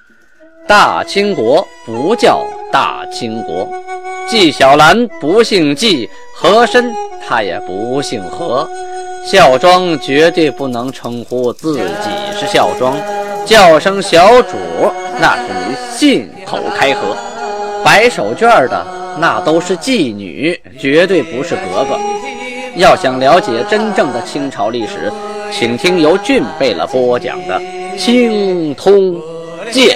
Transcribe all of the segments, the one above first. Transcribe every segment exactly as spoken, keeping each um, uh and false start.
大清国不叫大清国，纪晓岚不姓纪，和珅他也不姓和。孝庄绝对不能称呼自己是孝庄，叫声小主那是你信口开河。摆手绢的那都是妓女，绝对不是格格。要想了解真正的清朝历史，请听由俊贝勒播讲的《清通鉴》。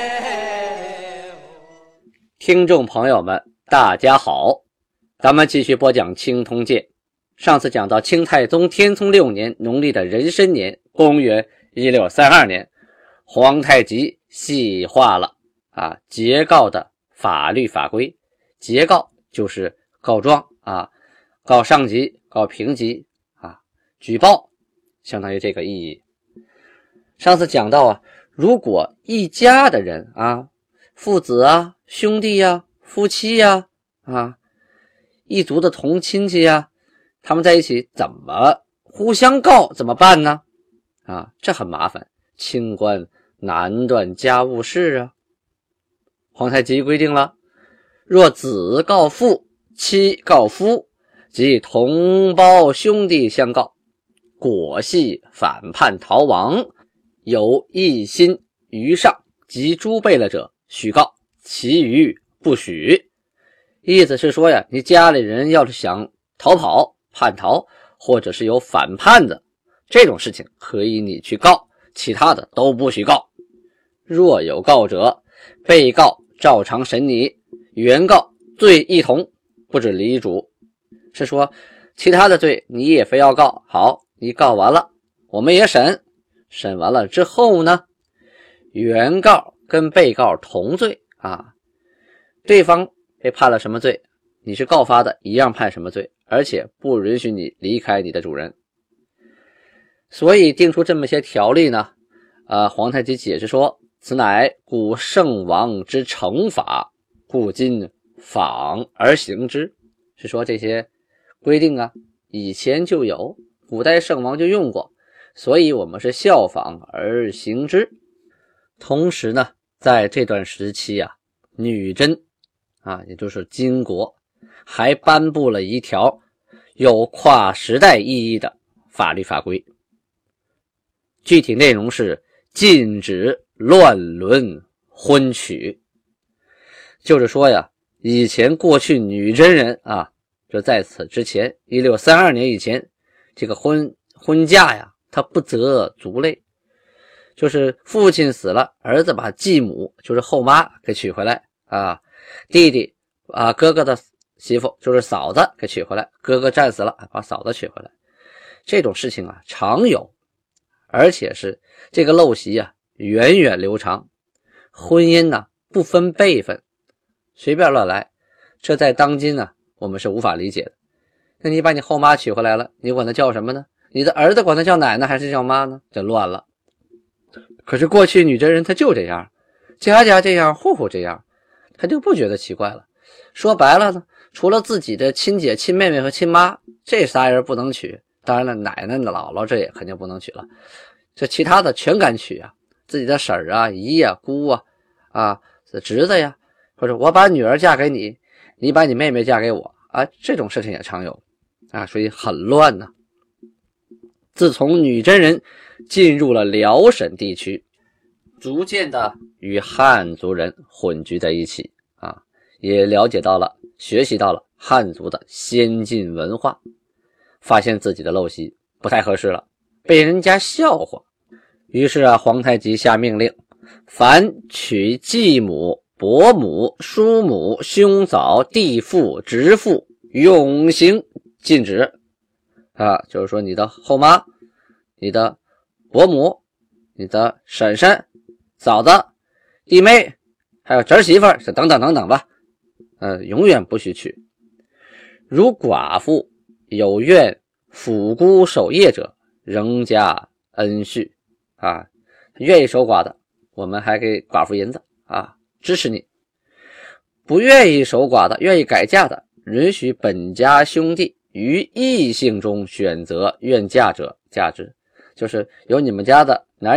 听众朋友们大家好，咱们继续播讲《清通鉴》。上次讲到清太宗天聪六年农历的壬申年，公元一六三二年，皇太极细化了啊节告的法律法规。节告就是告状啊，告上级，告平级啊，举报，相当于这个意义。上次讲到啊，如果一家的人啊，父子啊，兄弟呀、啊，夫妻呀、啊，啊，一族的同亲戚呀、啊，他们在一起怎么互相告怎么办呢？啊，这很麻烦，清官难断家务事啊。皇太极规定了，若子告父，妻告夫，即同胞兄弟相告，果系反叛逃亡，有一心于上及诸贝勒者，许告，其余不许。意思是说呀，你家里人要是想逃跑、叛逃，或者是有反叛的这种事情，可以你去告，其他的都不许告。若有告者，被告照常审理，原告罪一同，不止离主。是说其他的罪你也非要告，好，你告完了，我们也审，审完了之后呢，原告跟被告同罪啊，对方被判了什么罪，你是告发的，一样判什么罪，而且不允许你离开你的主人。所以定出这么些条例呢，呃，皇太极解释说，此乃古圣王之惩罚，故今仿而行之。是说这些规定啊，以前就有，古代圣王就用过，所以我们是效仿而行之。同时呢，在这段时期啊，女真啊，也就是金国，还颁布了一条有跨时代意义的法律法规。具体内容是禁止乱伦婚娶。就是说呀，以前过去女真人啊，就在此之前一六三二年以前，这个婚婚嫁呀，它不择族类，就是父亲死了，儿子把继母就是后妈给娶回来啊，弟弟啊哥哥的媳妇就是嫂子给娶回来，哥哥战死了把嫂子娶回来。这种事情啊常有，而且是这个陋习啊源远流长，婚姻呢不分辈分，随便乱来，这在当今呢我们是无法理解的。那你把你后妈娶回来了，你管她叫什么呢？你的儿子管她叫奶奶还是叫妈呢？这乱了。可是过去女真人他就这样，家家这样，户户这样，他就不觉得奇怪了。说白了呢，除了自己的亲姐、亲妹妹和亲妈，这仨人不能娶，当然了，奶奶的姥姥这也肯定不能娶了，这其他的全敢娶啊，自己的婶儿啊、姨啊、姑啊、啊侄子呀，或者我把女儿嫁给你，你把你妹妹嫁给我啊，这种事情也常有啊，所以很乱呢。自从女真人进入了辽沈地区，逐渐的与汉族人混居在一起啊，也了解到了、学习到了汉族的先进文化，发现自己的陋习不太合适了，被人家笑话。于是啊，皇太极下命令，凡娶继母、伯母、叔母、兄嫂、弟妇、侄妇，永行禁止啊，就是说你的后妈、你的伯母、你的婶婶、嫂子、弟妹，还有侄媳妇儿等等等等吧，呃，永远不许娶。如寡妇有愿抚孤守业者，仍加恩恤啊，愿意守寡的，我们还给寡妇银子啊，支持你。不愿意守寡的，愿意改嫁的，允许本家兄弟于异性中选择愿嫁者嫁之，就是由你们家的男人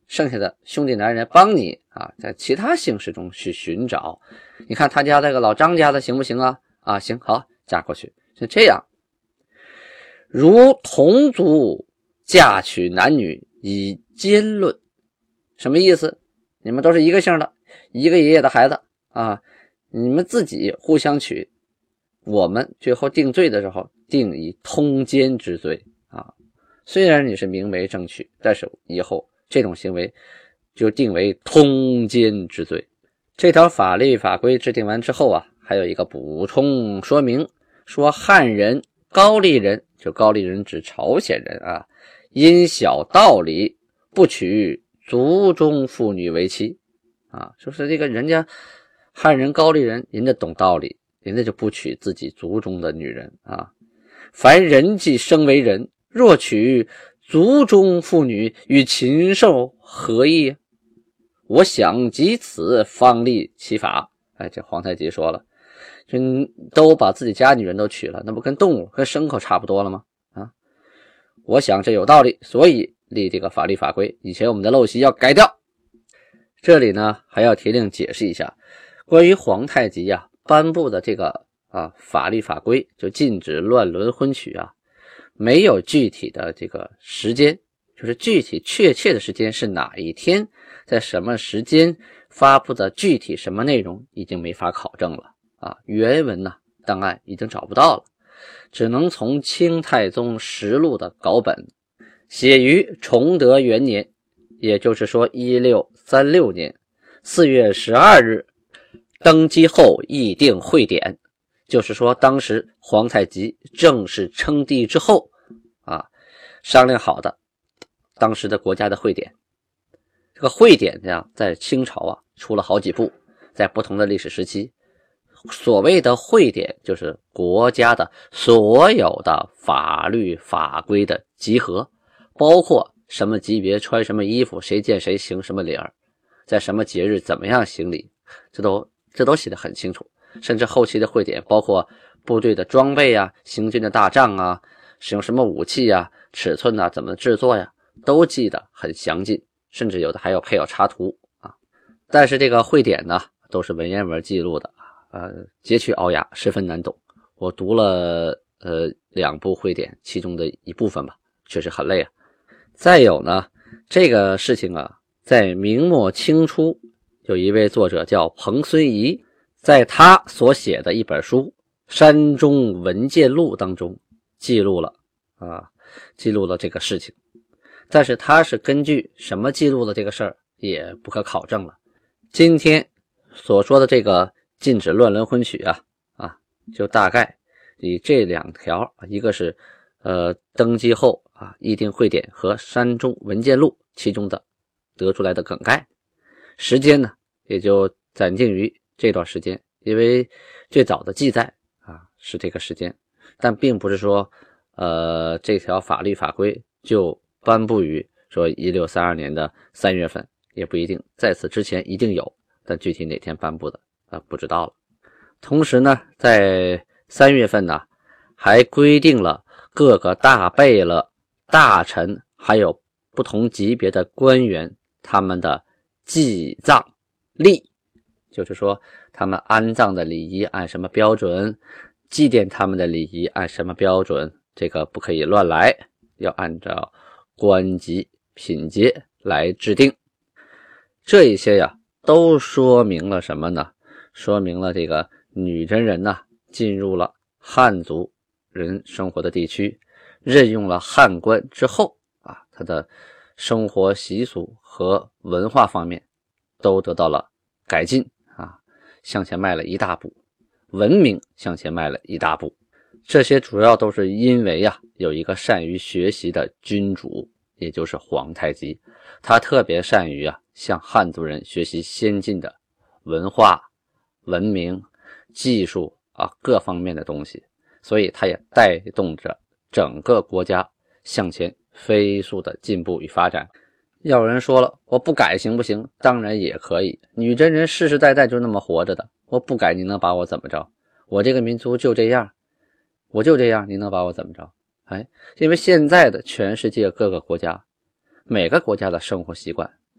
剩下的兄弟男人帮你啊，在其他姓氏中去寻找。你看他家这个老张家的行不行啊？啊，行，好，嫁过去。是这样。如同族嫁娶男女以奸论，什么意思？你们都是一个姓的，一个爷爷的孩子啊，你们自己互相娶，我们最后定罪的时候定以通奸之罪啊。虽然你是明媒正娶，但是以后这种行为就定为通奸之罪。这条法律法规制定完之后啊，还有一个补充说明，说汉人高丽人，就高丽人指朝鲜人啊，因晓道理不娶族中妇女为妻啊，就是这个人家汉人高丽人，人家懂道理，人家就不娶自己族中的女人啊。凡人既生为人，若娶族中妇女，与禽兽何异？我想及此，方立其法。哎，这皇太极说了，这都把自己家女人都娶了，那不跟动物跟牲口差不多了吗？啊，我想这有道理，所以立这个法律法规，以前我们的陋习要改掉。这里呢还要提令解释一下，关于皇太极啊颁布的这个啊法律法规，就禁止乱伦婚娶啊，没有具体的这个时间，就是具体确切的时间是哪一天，在什么时间发布的具体什么内容已经没法考证了啊，原文呢档案已经找不到了，只能从清太宗实录的稿本写于崇德元年，也就是说一六三六年四月十二日登基后议定会典，就是说当时皇太极正式称帝之后啊，商量好的当时的国家的会典。这个会典呢，在清朝啊出了好几部，在不同的历史时期。所谓的会典就是国家的所有的法律法规的集合，包括什么级别穿什么衣服，谁见谁行什么礼儿，在什么节日怎么样行礼，这都这都写得很清楚。甚至后期的会典包括部队的装备啊，行军的大帐啊，使用什么武器啊，尺寸啊，怎么制作呀，都记得很详尽，甚至有的还有配有插图啊。但是这个会典呢都是文言文记录的，呃，佶屈聱牙，十分难懂。我读了呃两部会典其中的一部分吧，确实很累啊。再有呢，这个事情啊，在明末清初有一位作者叫彭孙仪，在他所写的一本书《山中文件录》当中记录了啊，记录了这个事情。但是他是根据什么记录的这个事儿也不可考证了。今天所说的这个禁止乱伦婚娶啊啊，就大概以这两条，一个是呃登基后啊议定会典和山中文件录其中的得出来的梗概，时间呢也就暂定于这段时间，因为最早的记载啊是这个时间，但并不是说呃这条法律法规就颁布于说一六三二年的三月份，也不一定，在此之前一定有，但具体哪天颁布的啊不知道了。同时呢，在三月份呢，还规定了各个大贝勒、大臣还有不同级别的官员他们的祭葬例，就是说他们安葬的礼仪按什么标准，祭奠他们的礼仪按什么标准，这个不可以乱来，要按照官级品阶来制定。这一些呀都说明了什么呢？说明了这个女真人呢进入了汉族人生活的地区，任用了汉官之后啊，他的生活习俗和文化方面都得到了改进啊，向前迈了一大步，文明向前迈了一大步。这些主要都是因为啊有一个善于学习的君主，也就是皇太极，他特别善于啊向汉族人学习先进的文化、文明、技术啊各方面的东西，所以他也带动着整个国家向前飞速的进步与发展。要有人说了，我不改行不行？当然也可以，女真人世世代代就那么活着的，我不改你能把我怎么着？我这个民族就这样，我就这样，你能把我怎么着？哎，因为现在的全世界各个国家，每个国家的生活习惯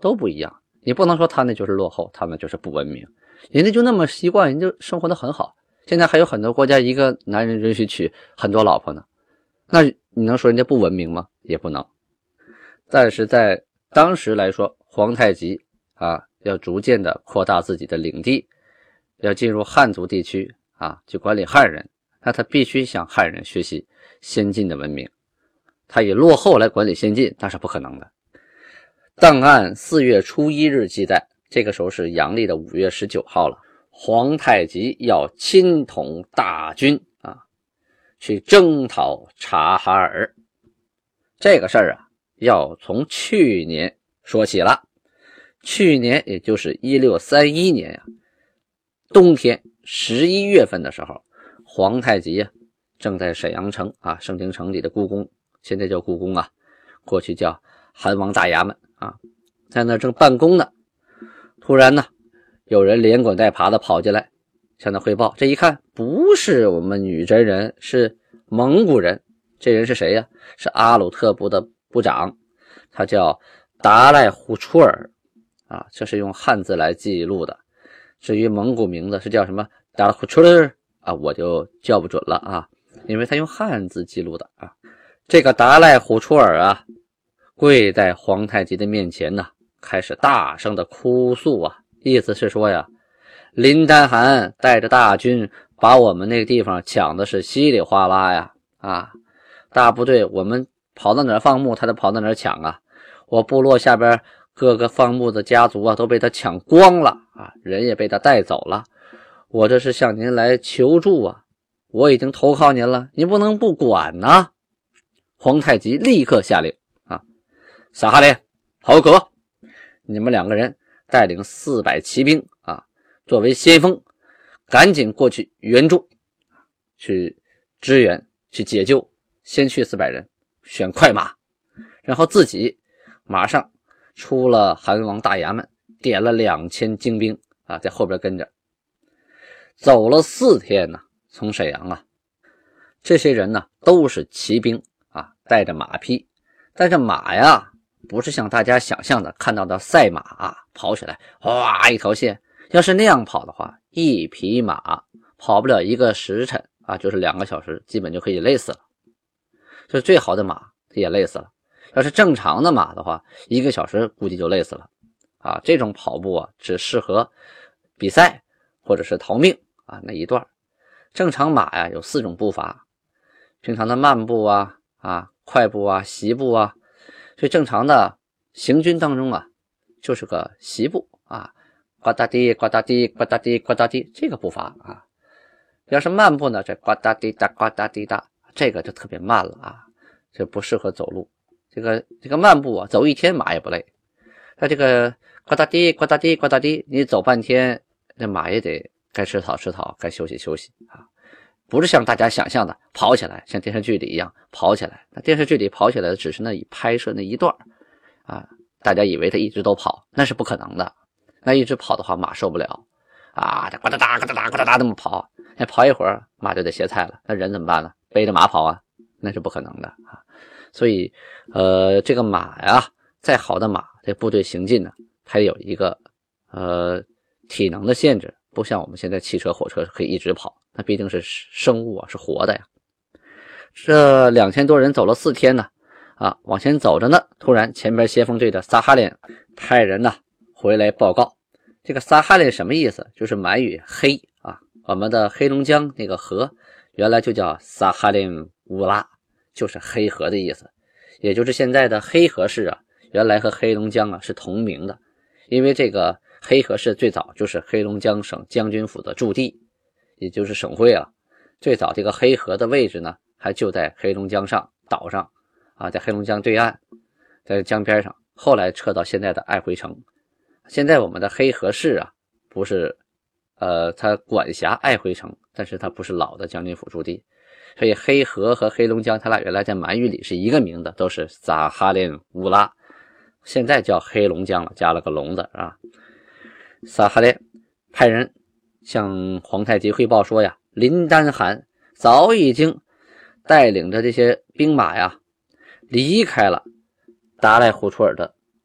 都不一样。你不能说他那就是落后，他们就是不文明，人家就那么习惯，人家生活得很好。现在还有很多国家一个男人允许娶很多老婆呢，那你能说人家不文明吗？也不能。但是在当时来说，皇太极啊要逐渐的扩大自己的领地，要进入汉族地区啊去管理汉人，那他必须向汉人学习先进的文明。他以落后来管理先进，那是不可能的。档案四月初一日记载，这个时候是阳历的五月十九号了，皇太极要亲统大军啊，去征讨察哈尔。这个事儿啊，要从去年说起了。去年也就是一六三一年啊，冬天十一月份的时候，皇太极啊正在沈阳城啊，盛京城里的故宫，现在叫故宫啊，过去叫韩王大衙门啊，在那正办公呢。突然呢，有人连滚带爬的跑进来向他汇报，这一看不是我们女真人，是蒙古人。这人是谁呀？是阿鲁特部的部长，他叫达赖忽出尔啊，这是用汉字来记录的。至于蒙古名字是叫什么达赖忽出尔啊，我就叫不准了啊，因为他用汉字记录的啊。这个达赖忽出尔啊，跪在皇太极的面前呢，开始大声的哭诉啊，意思是说呀，林丹汗带着大军把我们那个地方抢的是稀里哗啦呀啊！大部队我们跑到哪儿放牧，他就跑到哪儿抢啊！我部落下边各个放牧的家族啊，都被他抢光了啊，人也被他带走了。我这是向您来求助啊！我已经投靠您了，您不能不管呐！皇太极立刻下令啊，撒哈林、豪格，你们两个人带领四百骑兵啊，作为先锋，赶紧过去援助，去支援，去解救。先去四百人，选快马，然后自己马上出了韩王大衙门，点了两千精兵啊，在后边跟着。走了四天呢，从沈阳啊，这些人呢都是骑兵啊，带着马匹，但是马呀，不是像大家想象的看到的赛马啊，跑起来哗一条线。要是那样跑的话，一匹马跑不了一个时辰啊，就是两个小时，基本就可以累死了。就是最好的马也累死了，要是正常的马的话，一个小时估计就累死了啊！这种跑步啊，只适合比赛或者是逃命啊那一段。正常马呀有四种步伐，平常的慢步啊啊快步啊习步啊，所以正常的行军当中啊就是个习步啊，呱嗒滴呱嗒滴呱嗒滴呱嗒滴这个步伐啊。要是慢步呢，这呱嗒滴哒呱嗒滴哒，这个就特别慢了啊，这不适合走路。这个这个慢步啊，走一天马也不累。它这个呱嗒滴呱嗒滴呱嗒滴，你走半天，那马也得该吃草吃草，该休息休息啊。不是像大家想象的跑起来，像电视剧里一样跑起来。那电视剧里跑起来的只是那一拍摄那一段啊，大家以为他一直都跑，那是不可能的。那一直跑的话，马受不了啊，呱嗒哒呱嗒哒呱嗒哒那么跑。那跑一会儿马就得歇菜了，那人怎么办呢？背着马跑啊，那是不可能的啊。所以呃这个马呀，再好的马这部队行进呢，它有一个呃体能的限制，不像我们现在汽车火车可以一直跑，那毕竟是生物啊，是活的呀。这两千多人走了四天呢啊，往前走着呢，突然前边先锋队的撒哈林派人呢回来报告。这个撒哈林什么意思？就是满语黑啊，我们的黑龙江那个河原来就叫撒哈林乌拉，就是黑河的意思，也就是现在的黑河市啊，原来和黑龙江啊是同名的。因为这个黑河市最早就是黑龙江省将军府的驻地，也就是省会啊。最早这个黑河的位置呢，还就在黑龙江上岛上啊，在黑龙江对岸，在江边上，后来撤到现在的爱回城。现在我们的黑河市啊，不是呃，它管辖爱回城，但是它不是老的将军府驻地，所以黑河和黑龙江它俩原来在满语里是一个名字，都是撒哈林乌拉，现在叫黑龙江了，加了个龙字啊。撒哈林派人向皇太极汇报说呀，林丹汗早已经带领着这些兵马呀离开了达赖忽出尔的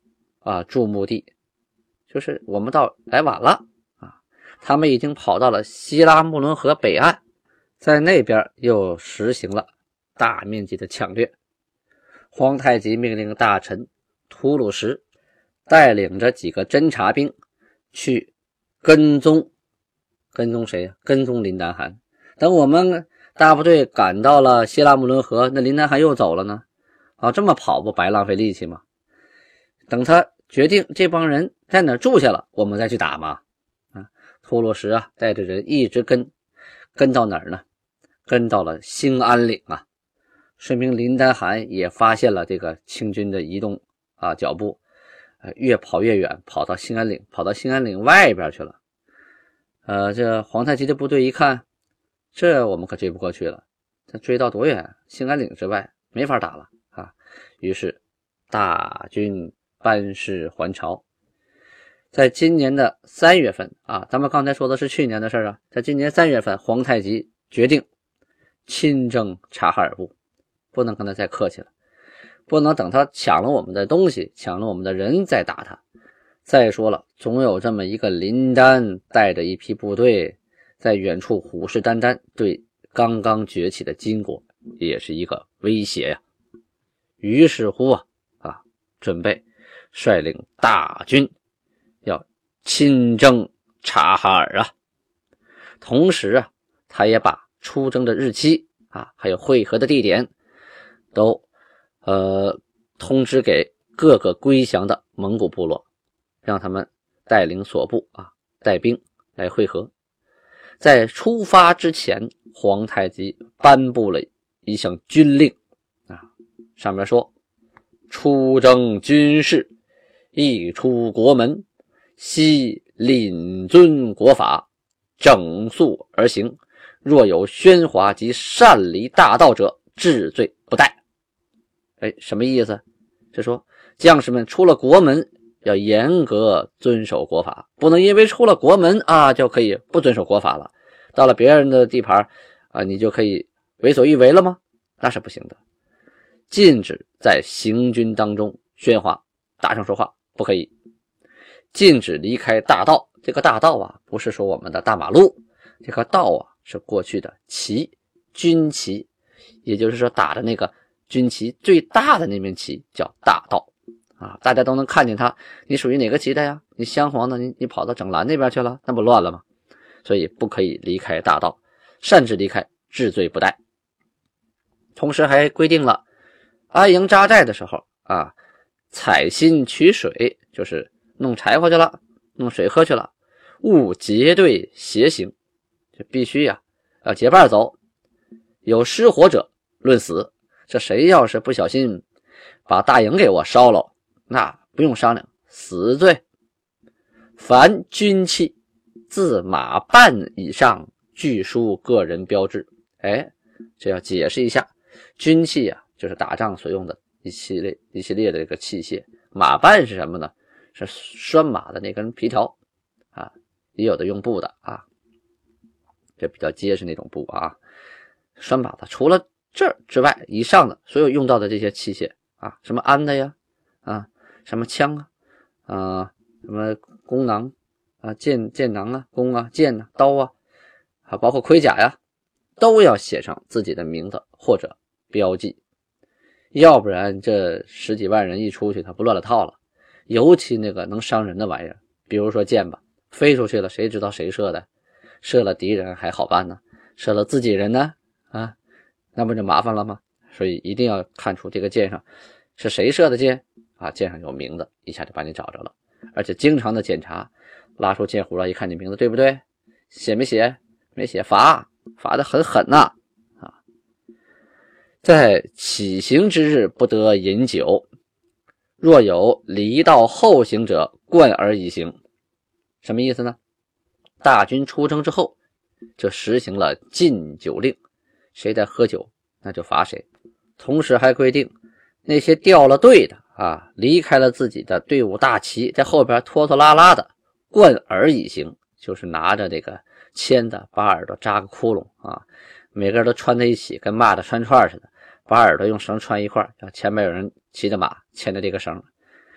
啊驻目地，就是我们到来晚了啊，他们已经跑到了希拉穆伦河北岸，在那边又实行了大面积的抢掠。皇太极命令大臣吐鲁什带领着几个侦察兵去跟踪，跟踪谁呀？跟踪林丹汗。等我们大部队赶到了希拉穆伦河，那林丹汗又走了呢。啊，这么跑不白浪费力气吗？等他决定这帮人在哪住下了，我们再去打嘛。啊，吐鲁什啊，带着人一直跟，跟到哪儿呢？跟到了兴安岭啊。说明林丹汗也发现了这个清军的移动啊脚步，呃，越跑越远，跑到兴安岭，跑到兴安岭外边去了。呃，这皇太极的部队一看，这我们可追不过去了，这追到多远？兴安岭之外，没法打了啊！于是大军班师还朝。在今年的三月份啊，咱们刚才说的是去年的事啊，在今年三月份，皇太极决定亲征察哈尔部。不能跟他再客气了，不能等他抢了我们的东西，抢了我们的人再打他。再说了，总有这么一个林丹带着一批部队在远处虎视眈眈，对刚刚崛起的金国也是一个威胁呀。于是乎啊啊，准备率领大军要亲征察哈尔啊。同时啊，他也把出征的日期啊，还有会合的地点都呃通知给各个归降的蒙古部落，让他们带领所部啊带兵来会合。在出发之前，皇太极颁布了一项军令啊，上面说：出征军事，一出国门，悉谨遵国法，整肃而行。若有喧哗及擅离大道者，治罪不贷。哎，什么意思？是说将士们出了国门要严格遵守国法，不能因为出了国门啊就可以不遵守国法了，到了别人的地盘啊你就可以为所欲为了吗？那是不行的。禁止在行军当中喧哗，大声说话不可以。禁止离开大道，这个大道啊不是说我们的大马路，这个道啊是过去的旗，军旗，也就是说打的那个军旗最大的那面旗叫大道啊，大家都能看见它，你属于哪个旗的呀？你镶黄的，你你跑到整蓝那边去了，那不乱了吗？所以不可以离开大道，擅自离开治罪不贷。同时还规定了安营扎寨的时候啊，采薪取水，就是弄柴火去了，弄水喝去了，勿结队携行，就必须呀、啊、要结伴走，有失火者论死。这谁要是不小心把大营给我烧了，那不用商量，死罪。凡军器自马半以上具书个人标志。哎，这要解释一下，军器啊就是打仗所用的一系列一系列的这个器械。马半是什么呢？是拴马的那根皮条啊，也有的用布的啊，这比较结实那种布啊。拴马的除了这儿之外，以上的所有用到的这些器械啊，什么鞍的呀，啊，什么枪啊，啊，什么弓囊啊，箭箭囊啊，弓啊，箭啊，刀啊，啊，包括盔甲呀，都要写上自己的名字或者标记，要不然这十几万人一出去，他不乱了套了。尤其那个能伤人的玩意儿，比如说箭吧，飞出去了，谁知道谁射的？射了敌人还好办呢，射了自己人呢，啊，那不就麻烦了吗？所以一定要看出这个箭上是谁射的箭啊，箭上有名字，一下就把你找着了。而且经常的检查，拉出箭葫芦一看你名字对不对，写没写？没写罚，罚得很狠呐、啊！啊，在起行之日不得饮酒，若有离道后行者，贯而以行。什么意思呢？大军出征之后，就实行了禁酒令，谁在喝酒，那就罚谁。同时还规定，那些掉了队的啊，离开了自己的队伍大旗，在后边拖拖拉拉的，贯耳以行，就是拿着这个签子把耳朵扎个窟窿啊，每个人都穿在一起，跟蚂蚱穿串似的，把耳朵用绳穿一块，让前面有人骑着马牵着这个绳，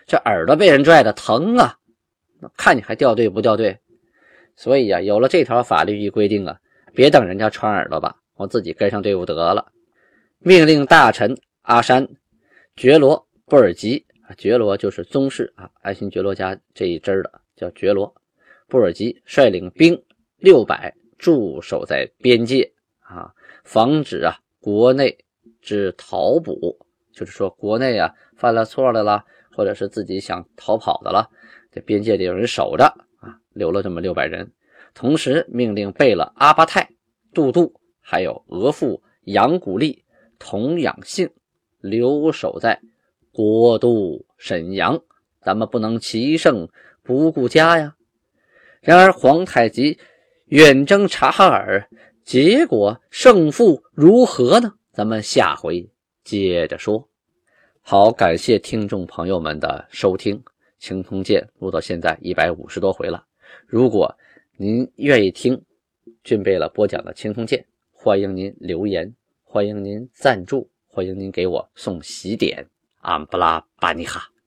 这耳朵被人拽的疼啊，看你还掉队不掉队。所以啊，有了这条法律一规定啊，别等人家穿耳朵吧，我自己跟上队伍得了。命令大臣阿山、觉罗、布尔吉，觉罗就是宗室啊，爱新觉罗家这一支的叫觉罗。布尔吉率领兵六百驻守在边界啊，防止啊国内之逃捕，就是说国内啊犯了错的啦，或者是自己想逃跑的了，这边界里有人守着啊，留了这么六百人。同时命令贝勒阿巴泰、杜度还有额驸杨古力、童养性留守在国都沈阳，咱们不能骑胜不顾家呀。然而皇太极远征察哈尔，结果胜负如何呢？咱们下回接着说。好，感谢听众朋友们的收听，青铜剑录到现在一百五十多回了。如果您愿意听俊贝勒播讲的青铜剑，欢迎您留言，欢迎您赞助，欢迎您给我送喜点。安布拉巴尼哈。